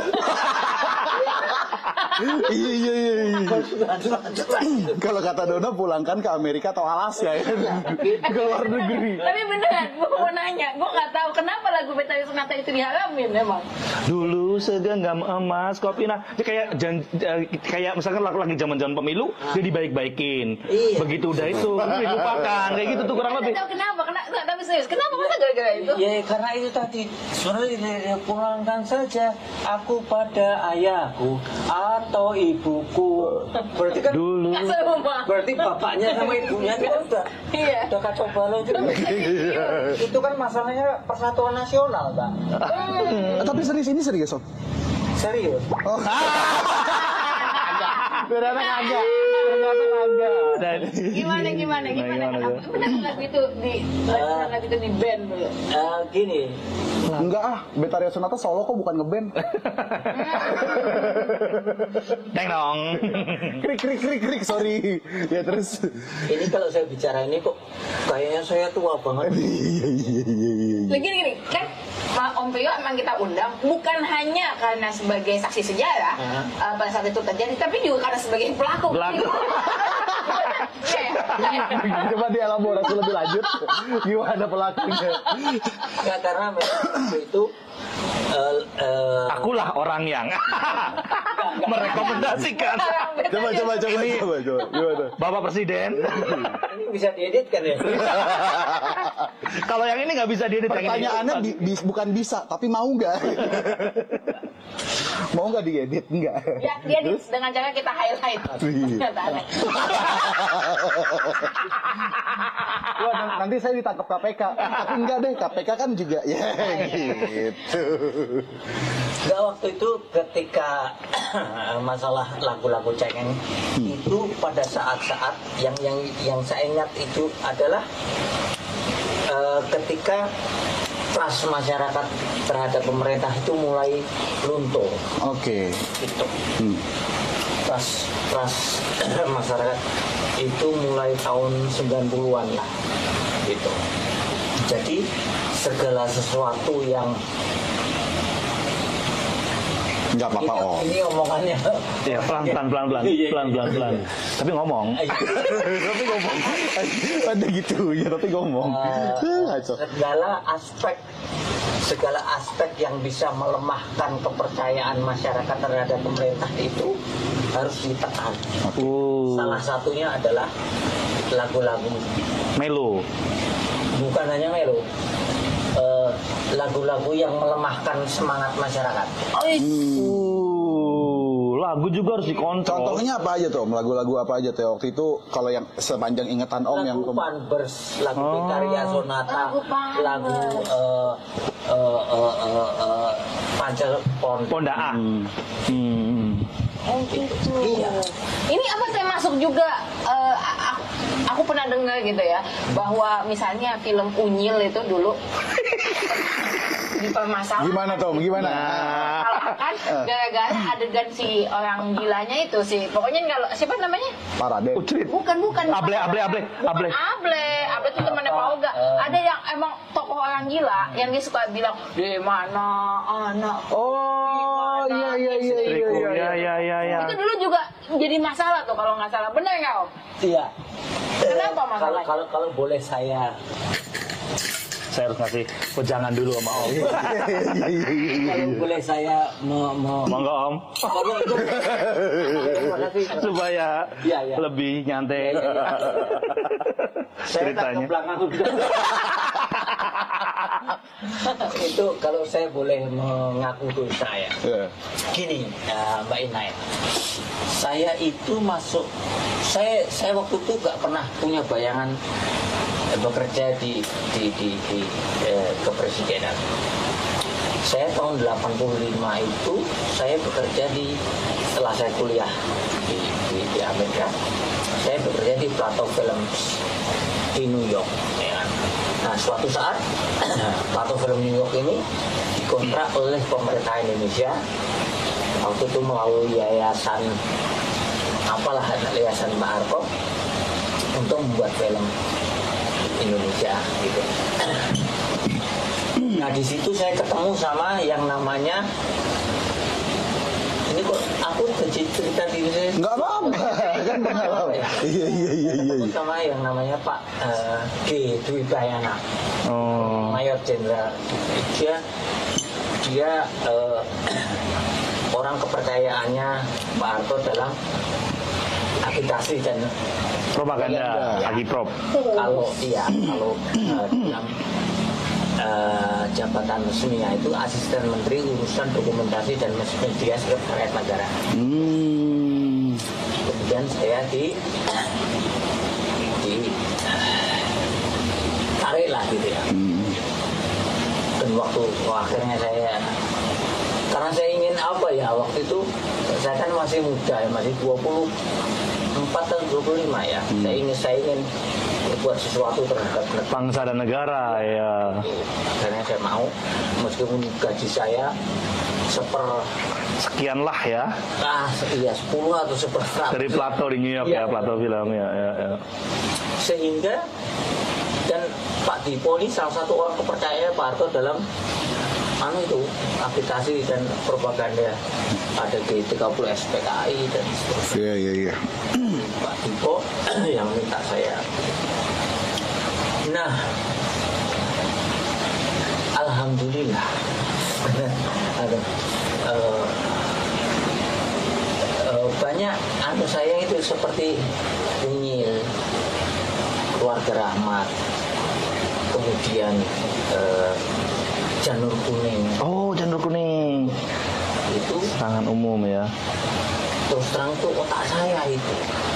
Iya iya iya. iya. Kalau kata Dona pulangkan ke Amerika atau Alaska ya. Ke luar negeri. Tapi beneran, gue mau nanya, gue nggak tahu kenapa lagu Betharia Sonata itu diharamin memang. Dulu segenggam emas kopi nah dia kayak jan, eh, kayak misalkan lagu lagi zaman-zaman pemilu dia dibaik-baikin. Iya. Begitu udah itu dilupakan kayak gitu tuh kurang Nggak lebih. tahu kenapa, kena, nggak tapi serius, kenapa masa gara-gara itu? Ya karena itu tadi sebenarnya dia pulangkan saja aku pada ayahku atau ibuku. Berarti kan Dulu Sama. berarti bapaknya sama ibunya kan udah Iya. udah kacau balau juga. Itu kan masalahnya persatuan nasional, Mbak. Eh, tapi serius ini serius Om. Serius. Oh. Ternyata kagak. Ternyata kagak. dan Gimana gimana gimana? gimana, Kenapa? Bener lagu itu di lagu itu di band dulu. Eh, gini, Enggak ah, Betharia Sonata solo kok bukan ngeband. Deng dong. Krik krik krik krik sorry. Ya terus. ini kalau saya bicara ini kok kayaknya saya tua banget. Iya iya iya iya. Lagi gini, gini kan Ma- Om Pio emang kita undang bukan hanya karena sebagai saksi sejarah Uh-huh. uh, pada saat itu terjadi, tapi juga karena sebagai pelaku. Pelaku. Iya, iya. Coba dielaborasi lebih lanjut. Gimana pelakunya? Nggak, karena memang waktu itu eh, eh, Akulah orang yang merekomendasikan Coba coba coba coba coba. Gimana? Bapak Presiden. ini bisa diedit kan ya? Kalau yang ini nggak bisa diedit yang ini. Pertanyaannya bi- bi- bukan bisa, tapi mau nggak? Mau nggak diedit? Enggak. Ya, dia di, dengan cara kita highlight Iya. pernyataannya. Wah, n- nanti saya ditangkap K P K. Tapi enggak deh, K P K kan juga ya gitu. Nggak, waktu itu ketika masalah lagu-lagu cengeng itu pada saat-saat yang yang yang saya ingat itu adalah eh, ketika trust masyarakat terhadap pemerintah itu mulai luntur Oke. gitu. Hmm. Trust trust masyarakat itu mulai tahun sembilan puluhan lah gitu. Jadi segala sesuatu yang Enggak apa-apa ini, Om. ini omongannya Ya pelan pelan pelan pelan Iya, iya, pelan pelan pelan. Tapi ngomong. Tapi ngomong. Ada gitu ya, tapi ngomong. Eh, Ngaco. segala aspek segala aspek yang bisa melemahkan kepercayaan masyarakat terhadap pemerintah itu harus ditekan. Uh, Salah satunya adalah lagu-lagu, Melo. bukan hanya melo, eh, lagu-lagu yang melemahkan semangat masyarakat. Uh, lagu juga harus dikontrol. Contohnya apa aja tuh? Om? Lagu-lagu apa aja tuh waktu itu kalau yang sepanjang ingatan Om yang Lagu Panbers, lagu Oh. Betharia Sonata, Lagu Panbers. lagu eh, eh, eh, eh, eh, Pancel Pon. Pondaa. Hmm. Oh gitu. Iya. Ini apa saya masuk juga? eh, aku, aku pernah dengar gitu ya bahwa misalnya film Unyil itu dulu dipermasalahkan. Gimana tuh? Gimana? Kan gara-gara adegan si orang gilanya itu sih. Pokoknya kalau siapa namanya? Parade. Ucrit. Bukan bukan. Able, able, able, Bukan able. Able, Able itu temannya Pak Oga. Ada yang emang tokoh orang gila yang dia suka bilang di mana anak. Oh iya iya iya iya. Triku. iya, Ya iya. ya ya ya. Itu dulu juga jadi masalah tuh kalau nggak salah. Benar nggak Om? Iya. Kenapa Kalau masalahnya? kalau kalau boleh saya Saya harus ngasih wejangan dulu sama Om. kalau boleh saya me, me, Monggo Om. Kalau itu- Terima kasih. Supaya Iya, iya. lebih nyantai Iya, iya, iya. Saya tak ke ceritanya. belakang itu kalau saya boleh mengaku dosa ya. Iya. Gini, ya, Mbak Inay, saya itu masuk, saya saya waktu itu nggak pernah punya bayangan bekerja di di di, di eh, kepresidenan. Saya tahun delapan puluh lima itu saya bekerja di setelah saya kuliah di, di, di Amerika, saya bekerja di Plato Films di New York. Ya. Nah, suatu saat Plato Film New York ini dikontrak oleh pemerintah Indonesia waktu itu melalui yayasan apalah yayasan Pak Harto untuk membuat film Indonesia gitu. Nah di situ saya ketemu sama yang namanya ini kok aku cerita diri saya Nggak apa-apa, kan pengalaman. Iya iya iya iya. ketemu sama yang namanya Pak uh, G. Dwi Bayana, Oh. Mayor Jenderal. Dia dia uh, orang kepercayaannya Pak Harto dalam agitasi dan Propaganda, Agiprop. kalau iya kalau uh, dalam Uh, jabatan resminya itu asisten menteri urusan dokumentasi dan media sekretariat negara. Hmm. Kemudian saya di di tarik lah gitu ya. Hmm. Dan waktu oh, akhirnya saya karena saya ingin apa ya waktu itu saya kan masih muda ya, masih dua puluh empat atau dua puluh lima ya. Hmm. Saya ingin saya ingin buat sesuatu terhadap Bangsa dan negara, ya. Karena saya mau, meskipun gaji saya seper Sekian lah ya. ah iya sepuluh atau seperempat Dari Plato di New York ya, ya Plato Film ya, ya, ya. Sehingga dan Pak Dipo ini salah satu orang kepercayaan Pak Harto dalam anu itu aplikasi dan propaganda. Ada di tiga puluh S P K I dan seterusnya. Iya iya iya. Pak Dipo yang minta saya. Nah, alhamdulillah, ada uh, uh, banyak anu saya itu seperti Unyil, Keluarga Rahmat, kemudian uh, Janur Kuning. Oh, Janur Kuning. Itu Tangan umum ya. terus terang itu otak saya itu.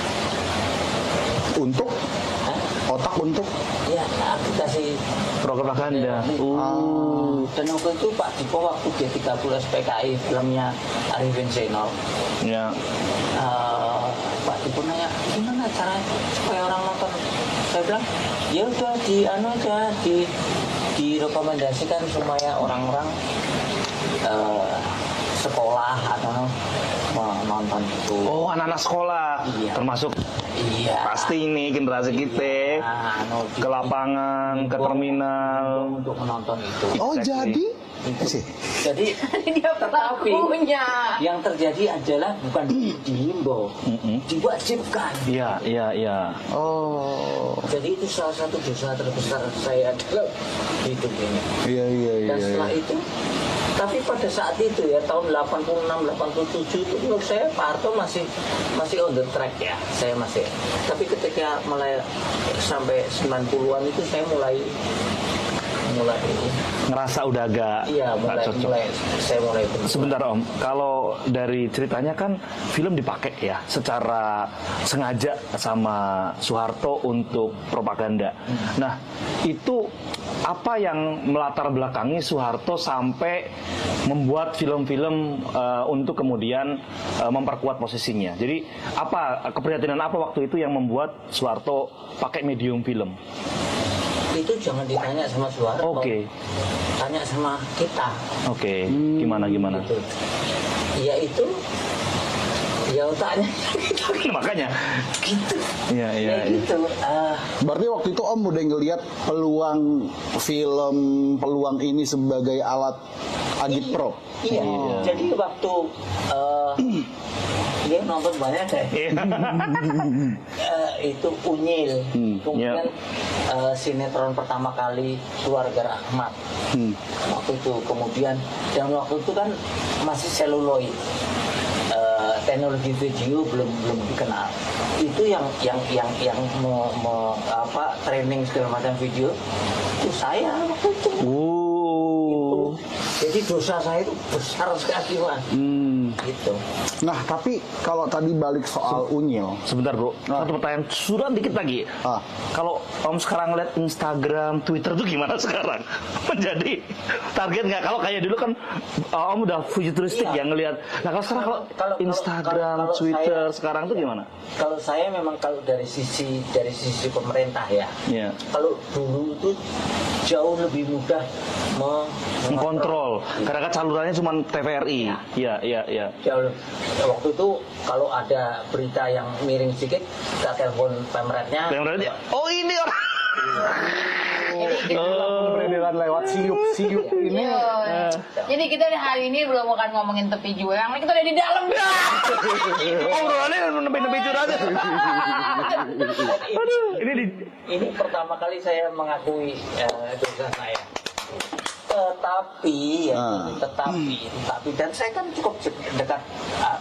Untuk Hah? otak untuk Ya, aplikasi Propaganda. Uh. Dan waktu itu Pak Dipo waktu dia tiga puluh S P K I filmnya Arifin Zainal, Ya. uh, Pak Dipo nanya gimana caranya supaya orang nonton. Saya bilang ya udah di anu aja di direkomendasikan supaya orang-orang uh, sekolah atau nonton itu. Oh, anak-anak sekolah. Iya. Termasuk Iya. pasti ini generasi kita Nah, anu, di- ke lapangan, ke terminal. untuk menonton itu. oh Exactly. jadi eh, sih. Jadi Dia pelakunya. yang terjadi adalah bukan dihimbau, Mm-mm. diwajibkan. Iya, iya, iya. Oh. Jadi itu salah satu dosa terbesar saya dalam hidup ini. Iya iya iya. Dan setelah iya. itu, tapi pada saat itu ya tahun delapan puluh enam delapan puluh tujuh itu menurut saya Pak Harto masih masih on the track ya. Saya masih. Tapi ketika mulai sampai sembilan puluhan itu saya mulai mulai Ngerasa udah agak iya nggak mulai, cocok. mulai saya mulai benci. Sebentar Om, kalau dari ceritanya kan film dipakai ya secara sengaja sama Soeharto untuk propaganda. Nah, itu apa yang melatar belakangi Soeharto sampai membuat film-film uh, untuk kemudian uh, memperkuat posisinya. Jadi apa keprihatinan apa waktu itu yang membuat Soeharto pakai medium film? Itu jangan ditanya sama Soeharto. Oke. Tanya sama kita. Oke, gimana gimana? Gitu. Ya itu ya otaknya Makanya gitu. Iya, iya, Ya iya. gitu. Ah, Berarti waktu itu Om udah ngelihat peluang film, peluang ini sebagai alat agitprop. iya. Iya. Jadi waktu eh, dia nonton banyak deh. Eh, itu Unyil. Hmm, Kemudian ya. eh, sinetron pertama kali Keluarga Rahmat. Hmm. Waktu itu kemudian dan waktu itu kan masih seluloid. Eh, teknologi video belum belum dikenal. Itu yang yang yang yang me, me- apa training segala macam video itu saya waktu itu. Uh. Jadi Jadi dosa saya itu besar sekali mas. Hmm. Gitu. Nah, tapi kalau tadi balik soal unyil. Sebentar bro, Ah. satu pertanyaan surat dikit lagi. Ah. Kalau Om sekarang lihat Instagram, Twitter tuh gimana sekarang? Menjadi target nggak? Kalau kayak dulu kan uh, Om udah futuristik Iya. ya ngelihat. Nah kalau sekarang kalau Kalau- kalau- Instagram, kalau- kalau Twitter saya- sekarang tuh gimana? Kalau saya memang kalau dari sisi dari sisi pemerintah ya. Iya. Kalau dulu itu jauh lebih mudah me- Mengkontrol. Karena kan salurannya cuma T V R I. Iya, iya, iya. Jauh lebih. Waktu itu kalau ada berita yang miring sedikit, kita telepon pemretnya. Yang berarti, oh ini orang. Oh. Peredaran lewat siup-siup ini. Iya. Jadi kita hari ini belum akan ngomongin tepi juang, kita udah di dalam. Oh, obrolannya nepi-nepi curhat aja. Aduh, ini di Ini pertama kali saya mengakui eh, dosa saya. Tetapi, ya, Ah. tetapi, tetapi, dan saya kan cukup dekat. ah,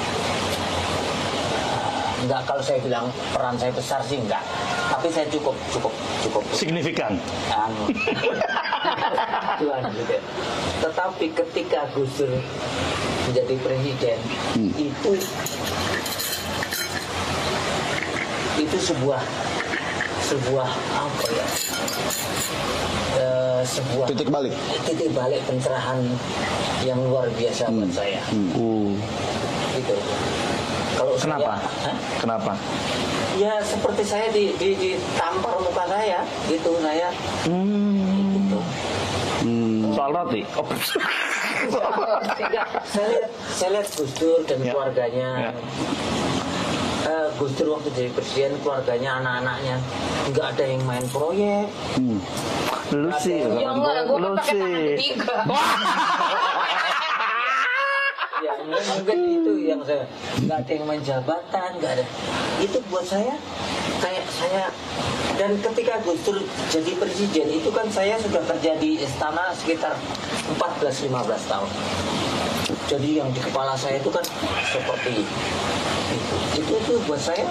Enggak, kalau saya bilang peran saya besar sih enggak. Tapi saya cukup, cukup, cukup. signifikan. Anu. Tuhan, gitu. Tetapi ketika Gus Dur menjadi presiden, itu itu sebuah sebuah apa ya? Eh, sebuah Titik balik. titik balik pencerahan yang luar biasa buat saya. Uh, Gitu. Kalau kenapa? saya, Hah? Kenapa? Ya seperti saya di, di, ditampar muka saya, gitu saya. Hmm. Gitu. Soal roti. Oh. Enggak, saya lihat, saya lihat Gus Dur dan Ya. keluarganya. Ya. Eh, Gus Dur waktu jadi presiden, keluarganya, anak-anaknya nggak ada yang main proyek. Lu sih, Ya enggak, gue lu kan pakai tangan sih. ketiga. Ya mungkin itu yang saya nggak ada yang main jabatan, nggak ada. Itu buat saya kayak saya. Dan ketika Gus Dur jadi presiden itu kan saya sudah kerja di istana sekitar empat belas sampai lima belas tahun. Jadi yang di kepala saya itu kan seperti itu. Itu itu buat saya.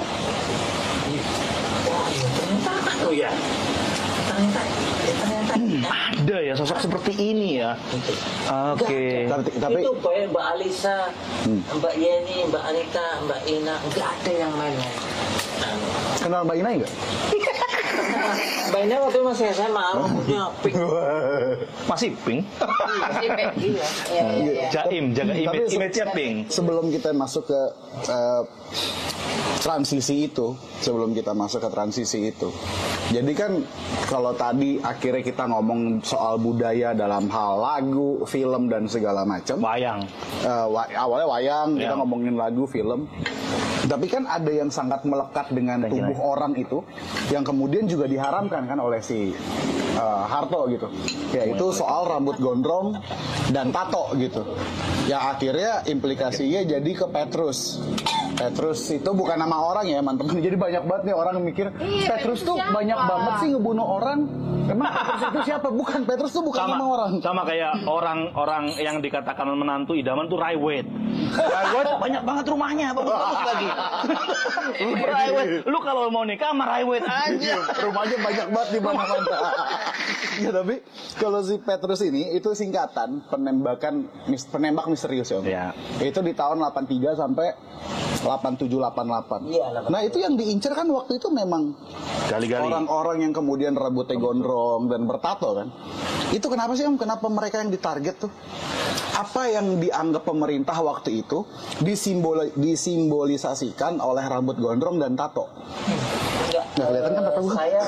Wah, ya ternyata kan oh ya. Ternyata, ya, ternyata. Ada ya sosok seperti ini ya. Gitu. Oke. Nggak ada. Tapi- tapi- itu kayak Mbak Alisa, Mbak Yeni, Mbak Anita, Mbak Ina, nggak ada yang main-main. Nah, Kenal Mbak Ina nggak? Mbak Ina waktu masih S M A, rambutnya pink. Masih pink. Iya. Iya, iya, iya. Jaim, jaga Tapi image, se- image-nya pink. Sebelum kita masuk ke eh, transisi itu, sebelum kita masuk ke transisi itu. Jadi kan kalau tadi akhirnya kita ngomong soal budaya dalam hal lagu, film dan segala macam. Wayang. Eh, wa- awalnya wayang, kita Ya. ngomongin lagu, film. Tapi kan ada yang sangat melekat dengan Thank you, tubuh orang itu, yang kemudian juga diharamkan kan oleh si eh, Harto gitu. Yaitu soal rambut gondrong dan tato gitu. Yang akhirnya implikasinya jadi ke Petrus. Petrus itu bukan nama orang ya, teman-teman. Jadi banyak banget nih orang mikir Iya, Petrus Petrus tuh siapa? banyak banget sih ngebunuh orang. Emang Petrus itu siapa? Bukan, Petrus tuh bukan Sama, nama orang. sama kayak orang-orang yang dikatakan menantu idaman tuh Ray Wade. Ray Wade banyak banget rumahnya, bagus-bagus lagi. Ray Wade, lu kalau mau nikah sama Ray Wade aja. Rumahnya banyak banget di mana-mana. Ya tapi kalau si Petrus ini itu singkatan penembakan mis- penembak misterius ya Om. Ya. Itu di tahun delapan tiga sampai delapan tujuh delapan delapan. Iya, delapan tujuh. Nah, itu yang diincar kan waktu itu memang Gali-gali. orang-orang yang kemudian rambutnya gondrong dan bertato kan. Itu kenapa sih Om? Kenapa mereka yang ditarget tuh? Apa yang dianggap pemerintah waktu itu disimbol disimbolisasikan oleh rambut gondrong dan tato? Enggak, Nggak kelihatan kan eh, tato gua? saya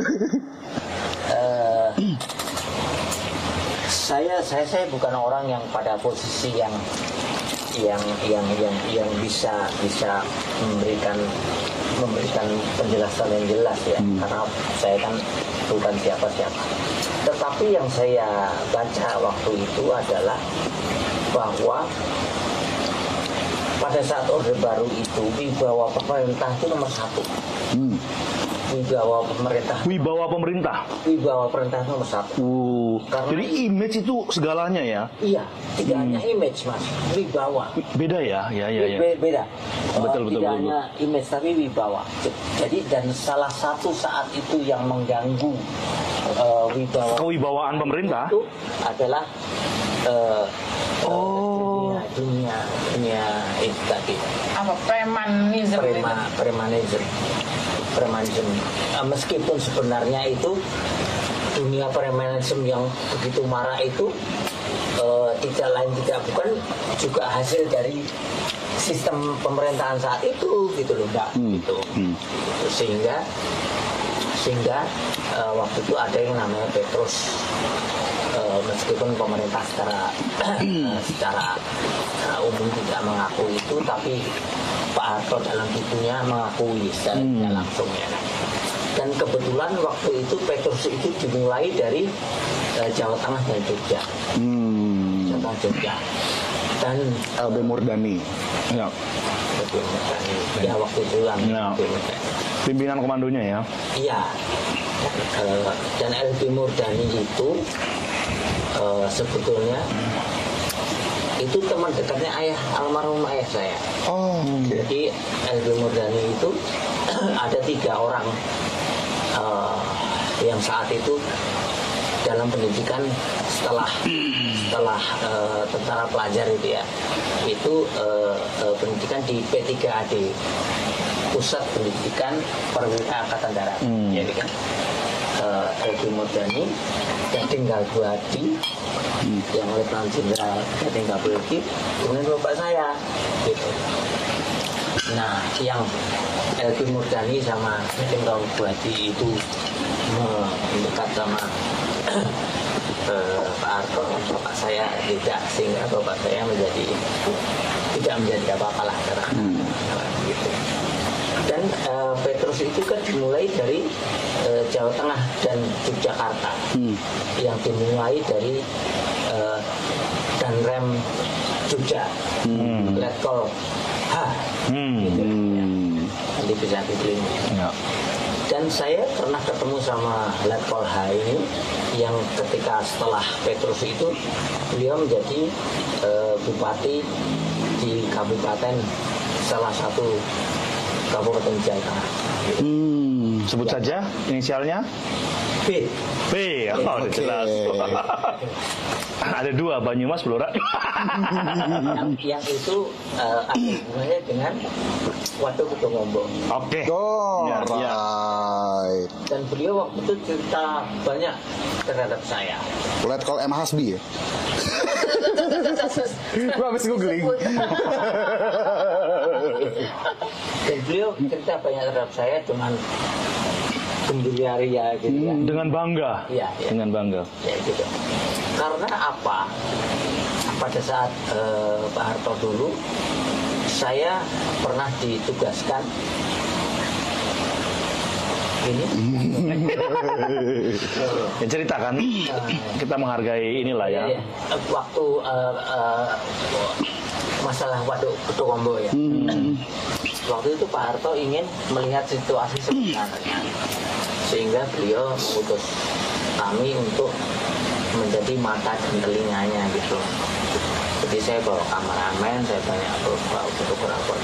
eh, saya saya saya bukan orang yang pada posisi yang yang yang yang yang bisa bisa memberikan memberikan penjelasan yang jelas ya, karena saya kan bukan siapa-siapa. Tetapi yang saya baca waktu itu adalah bahwa pada saat Orde Baru itu wibawa pemerintah itu nomor satu. Hmm. Wibawa pemerintah, Wibawa pemerintah. wibawa pemerintah nomor satu. Uh, Karena- jadi image itu segalanya ya. Iya, tidak hanya image mas, wibawa. Beda ya, ya, ya, ya. Be- Beda. Betul, Uh, betul, Tidak betul, hanya image tapi wibawa. J- Jadi dan salah satu saat itu yang mengganggu uh, wibawa Kewibawaan pemerintah. itu adalah uh, itu tadi. Apa premanisme? Prema, premanisme. Premanisme. Uh, meskipun sebenarnya itu dunia premanisme yang begitu marak itu uh, tidak lain tidak bukan juga hasil dari sistem pemerintahan saat itu gitu loh, Mbak. Hmm. Gitu. Hmm. Sehingga sehingga uh, waktu itu ada yang namanya Petrus. Uh, meskipun pemerintah secara uh, secara uh, umum tidak mengakui itu, tapi Pak Harto dalam bukunya mengakui secara hmm. langsung ya. Dan kebetulan waktu itu Petrus itu dimulai dari uh, Jawa Tengah dan Jogja. Hmm. Jawa Tengah Jogja. Dan L B Murdani. Ya. L B Murdani. Ya waktu itu kan. Ya. Pimpinan komandonya ya. Iya. Uh, dan L B Murdani itu Uh, sebetulnya itu teman dekatnya ayah almarhum ayah saya. Oh. Jadi L B Murdani itu ada tiga orang uh, yang saat itu dalam pendidikan setelah setelah uh, tentara pelajar itu ya, itu uh, uh, pendidikan di P tiga A D, Pusat Pendidikan Perwira Angkatan Darat. Hmm. Jadi kan uh, L B Murdani yang tinggal Buadi, hmm. yang Letnan Jenderal tinggal Buadi, kemudian bapak saya, gitu. Nah, yang L B Murdani sama tinggal Buadi itu mendekat sama uh, Pak Harto, bapak saya tidak, sehingga bapak saya menjadi tidak menjadi apa-apa lah karena hmm. gitu. Dan uh, Petrus itu kan dimulai dari uh, Jawa Tengah dan Yogyakarta, hmm. yang dimulai dari uh, Danrem Jogja, hmm. Letkol H, hmm. gitu, ya. Nanti bisa dipilih. Ya. Dan saya pernah ketemu sama Letkol H ini, yang ketika setelah Petrus itu beliau menjadi uh, bupati di kabupaten salah satu Kabupaten Jawa Tengah. Hmm, sebut ya. saja inisialnya B. B, oh okay. Jelas. Ada dua, Banyumas, Blora. yang, yang itu uh, ada hubungannya dengan Waduk Kedungombo. Oke. Okay. Oh, ya, right. Ya. Dan beliau waktu itu cerita banyak terhadap saya. Letkol M Hasbi ya? Gue habis googling. Dan beliau cerita banyak terhadap saya dengan gembira gitu ya. Hmm, dengan bangga. Iya, ya. Dengan bangga. Ya, gitu. Karena apa? Pada saat uh, Pak Harto dulu, saya pernah ditugaskan ini. Ya, ceritakan. Uh, kita menghargai inilah ya. ya. Waktu uh, uh, masalah Waduk Kedungombo ya. Hmm. Waktu itu Pak Harto ingin melihat situasi sebenarnya, sehingga beliau mengutus kami untuk menjadi mata dan telinganya gitu. Jadi saya bawa kameramen, saya banyak bawa fotografer.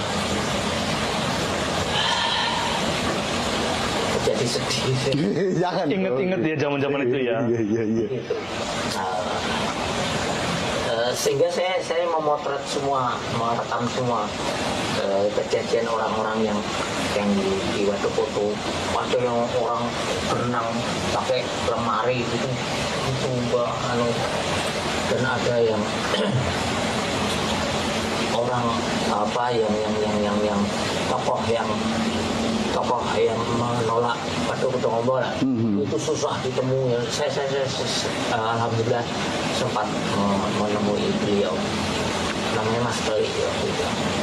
Jadi sedih. Jangan. Ingat-ingat ya zaman-zaman itu ya. Iya iya iya. Gitu. Uh, uh, sehingga saya saya memotret semua, merekam semua uh, kejadian orang-orang yang yang di, di Waduk Foto. Ada yang orang berenang pakai lemari gitu, itu mbak anu. Dan ada yang orang apa yang yang yang yang yang tokoh yang tokoh yang menolak Waduk Kedungombo lah. Mm-hmm. Itu susah ditemui. Saya, saya, saya, saya uh, alhamdulillah sempat uh, menemui beliau. Namanya Mas Keli. Ya, gitu.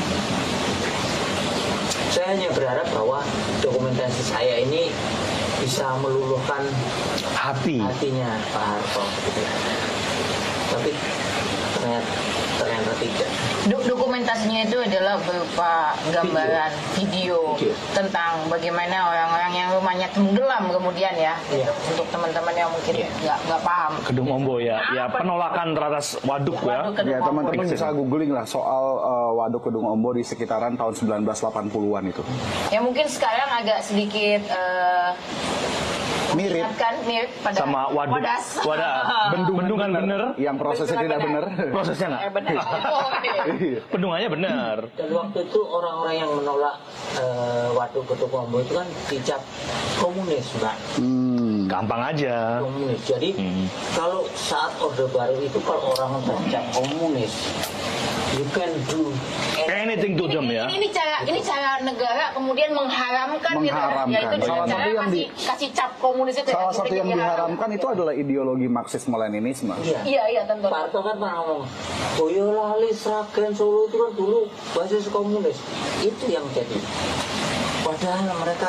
Saya hanya berharap bahwa dokumentasi saya ini bisa meluluhkan hati hatinya Pak Harto. Gitu. Tapi ternyata ternyata tidak. Do dokumentasinya itu adalah berupa gambaran video, video, video. tentang bagaimana orang-orang yang rumahnya tenggelam kemudian ya, yeah. Untuk teman-teman yang mungkin nggak yeah. nggak paham. Kedungombo ya, ya penolakan terhadap waduk ya. Ya teman-teman bisa googling lah soal uh, Waduk Kedungombo di sekitaran tahun sembilan belas delapan puluhan itu. Ya mungkin sekarang agak sedikit uh, Mirip. Kan mirip pada Sama waduk. Wadas. Wadah. Bendung bendungan bener. Yang prosesnya tidak benar. Prosesnya nggak? Eh, benar. Oh, iya. Bendungannya bener. Dan waktu itu orang-orang yang menolak eh, Waduk Getuk Ombo itu kan dicap komunis, Mbak. Hmm. Gampang aja. Komunis. Jadi Hmm. kalau saat Orde Baru itu kalau orang tercap komunis, you can do Anything to them ya. Ini, ini cara ini cara negara kemudian mengharamkan, Mengharamkan. gitu ya. Yaitu Salah dengan cara satu yang kasih, di- kasih cap komunis itu. ya, Salah satu kemudian yang diharamkan itu adalah ideologi Marxisme-Leninisme. Iya. Iya, iya tentu. Pak Harto kan pernah ngomong, Boyolali, Sragen, Solo itu kan dulu basis komunis. Itu yang jadi. Padahal mereka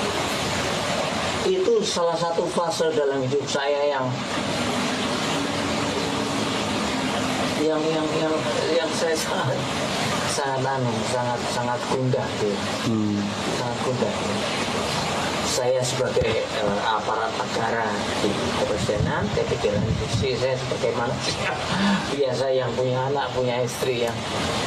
itu salah satu fase dalam hidup saya yang yang yang yang, yang saya sangat sangat anu, sangat sangat gundah gitu. Hmm. Sangat gundah. Saya sebagai eh, aparat negara di kepresidenan, ketika institusi saya sebagai manusia biasa yang punya anak, punya istri yang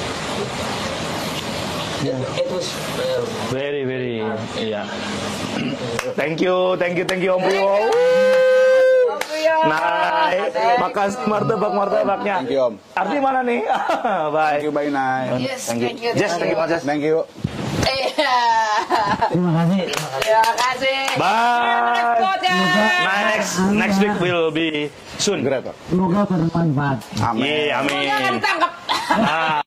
it was eh, Very very. Iya. Thank you, thank you, thank you Om Priwo. Nah, makasih martabak-martabaknya. Thank you, Om. Arti mana nih? Bye. Thank you, bye, Nay. Yes, Thank you. thank you. Jess, thank you, Mas Jess. Thank you. Iya. terima kasih. Terima kasih. Bye. Next next week will be soon. Great, Pak. Semoga bermanfaat. Amin. Iya, amin. Jangan ditangkap. Ah,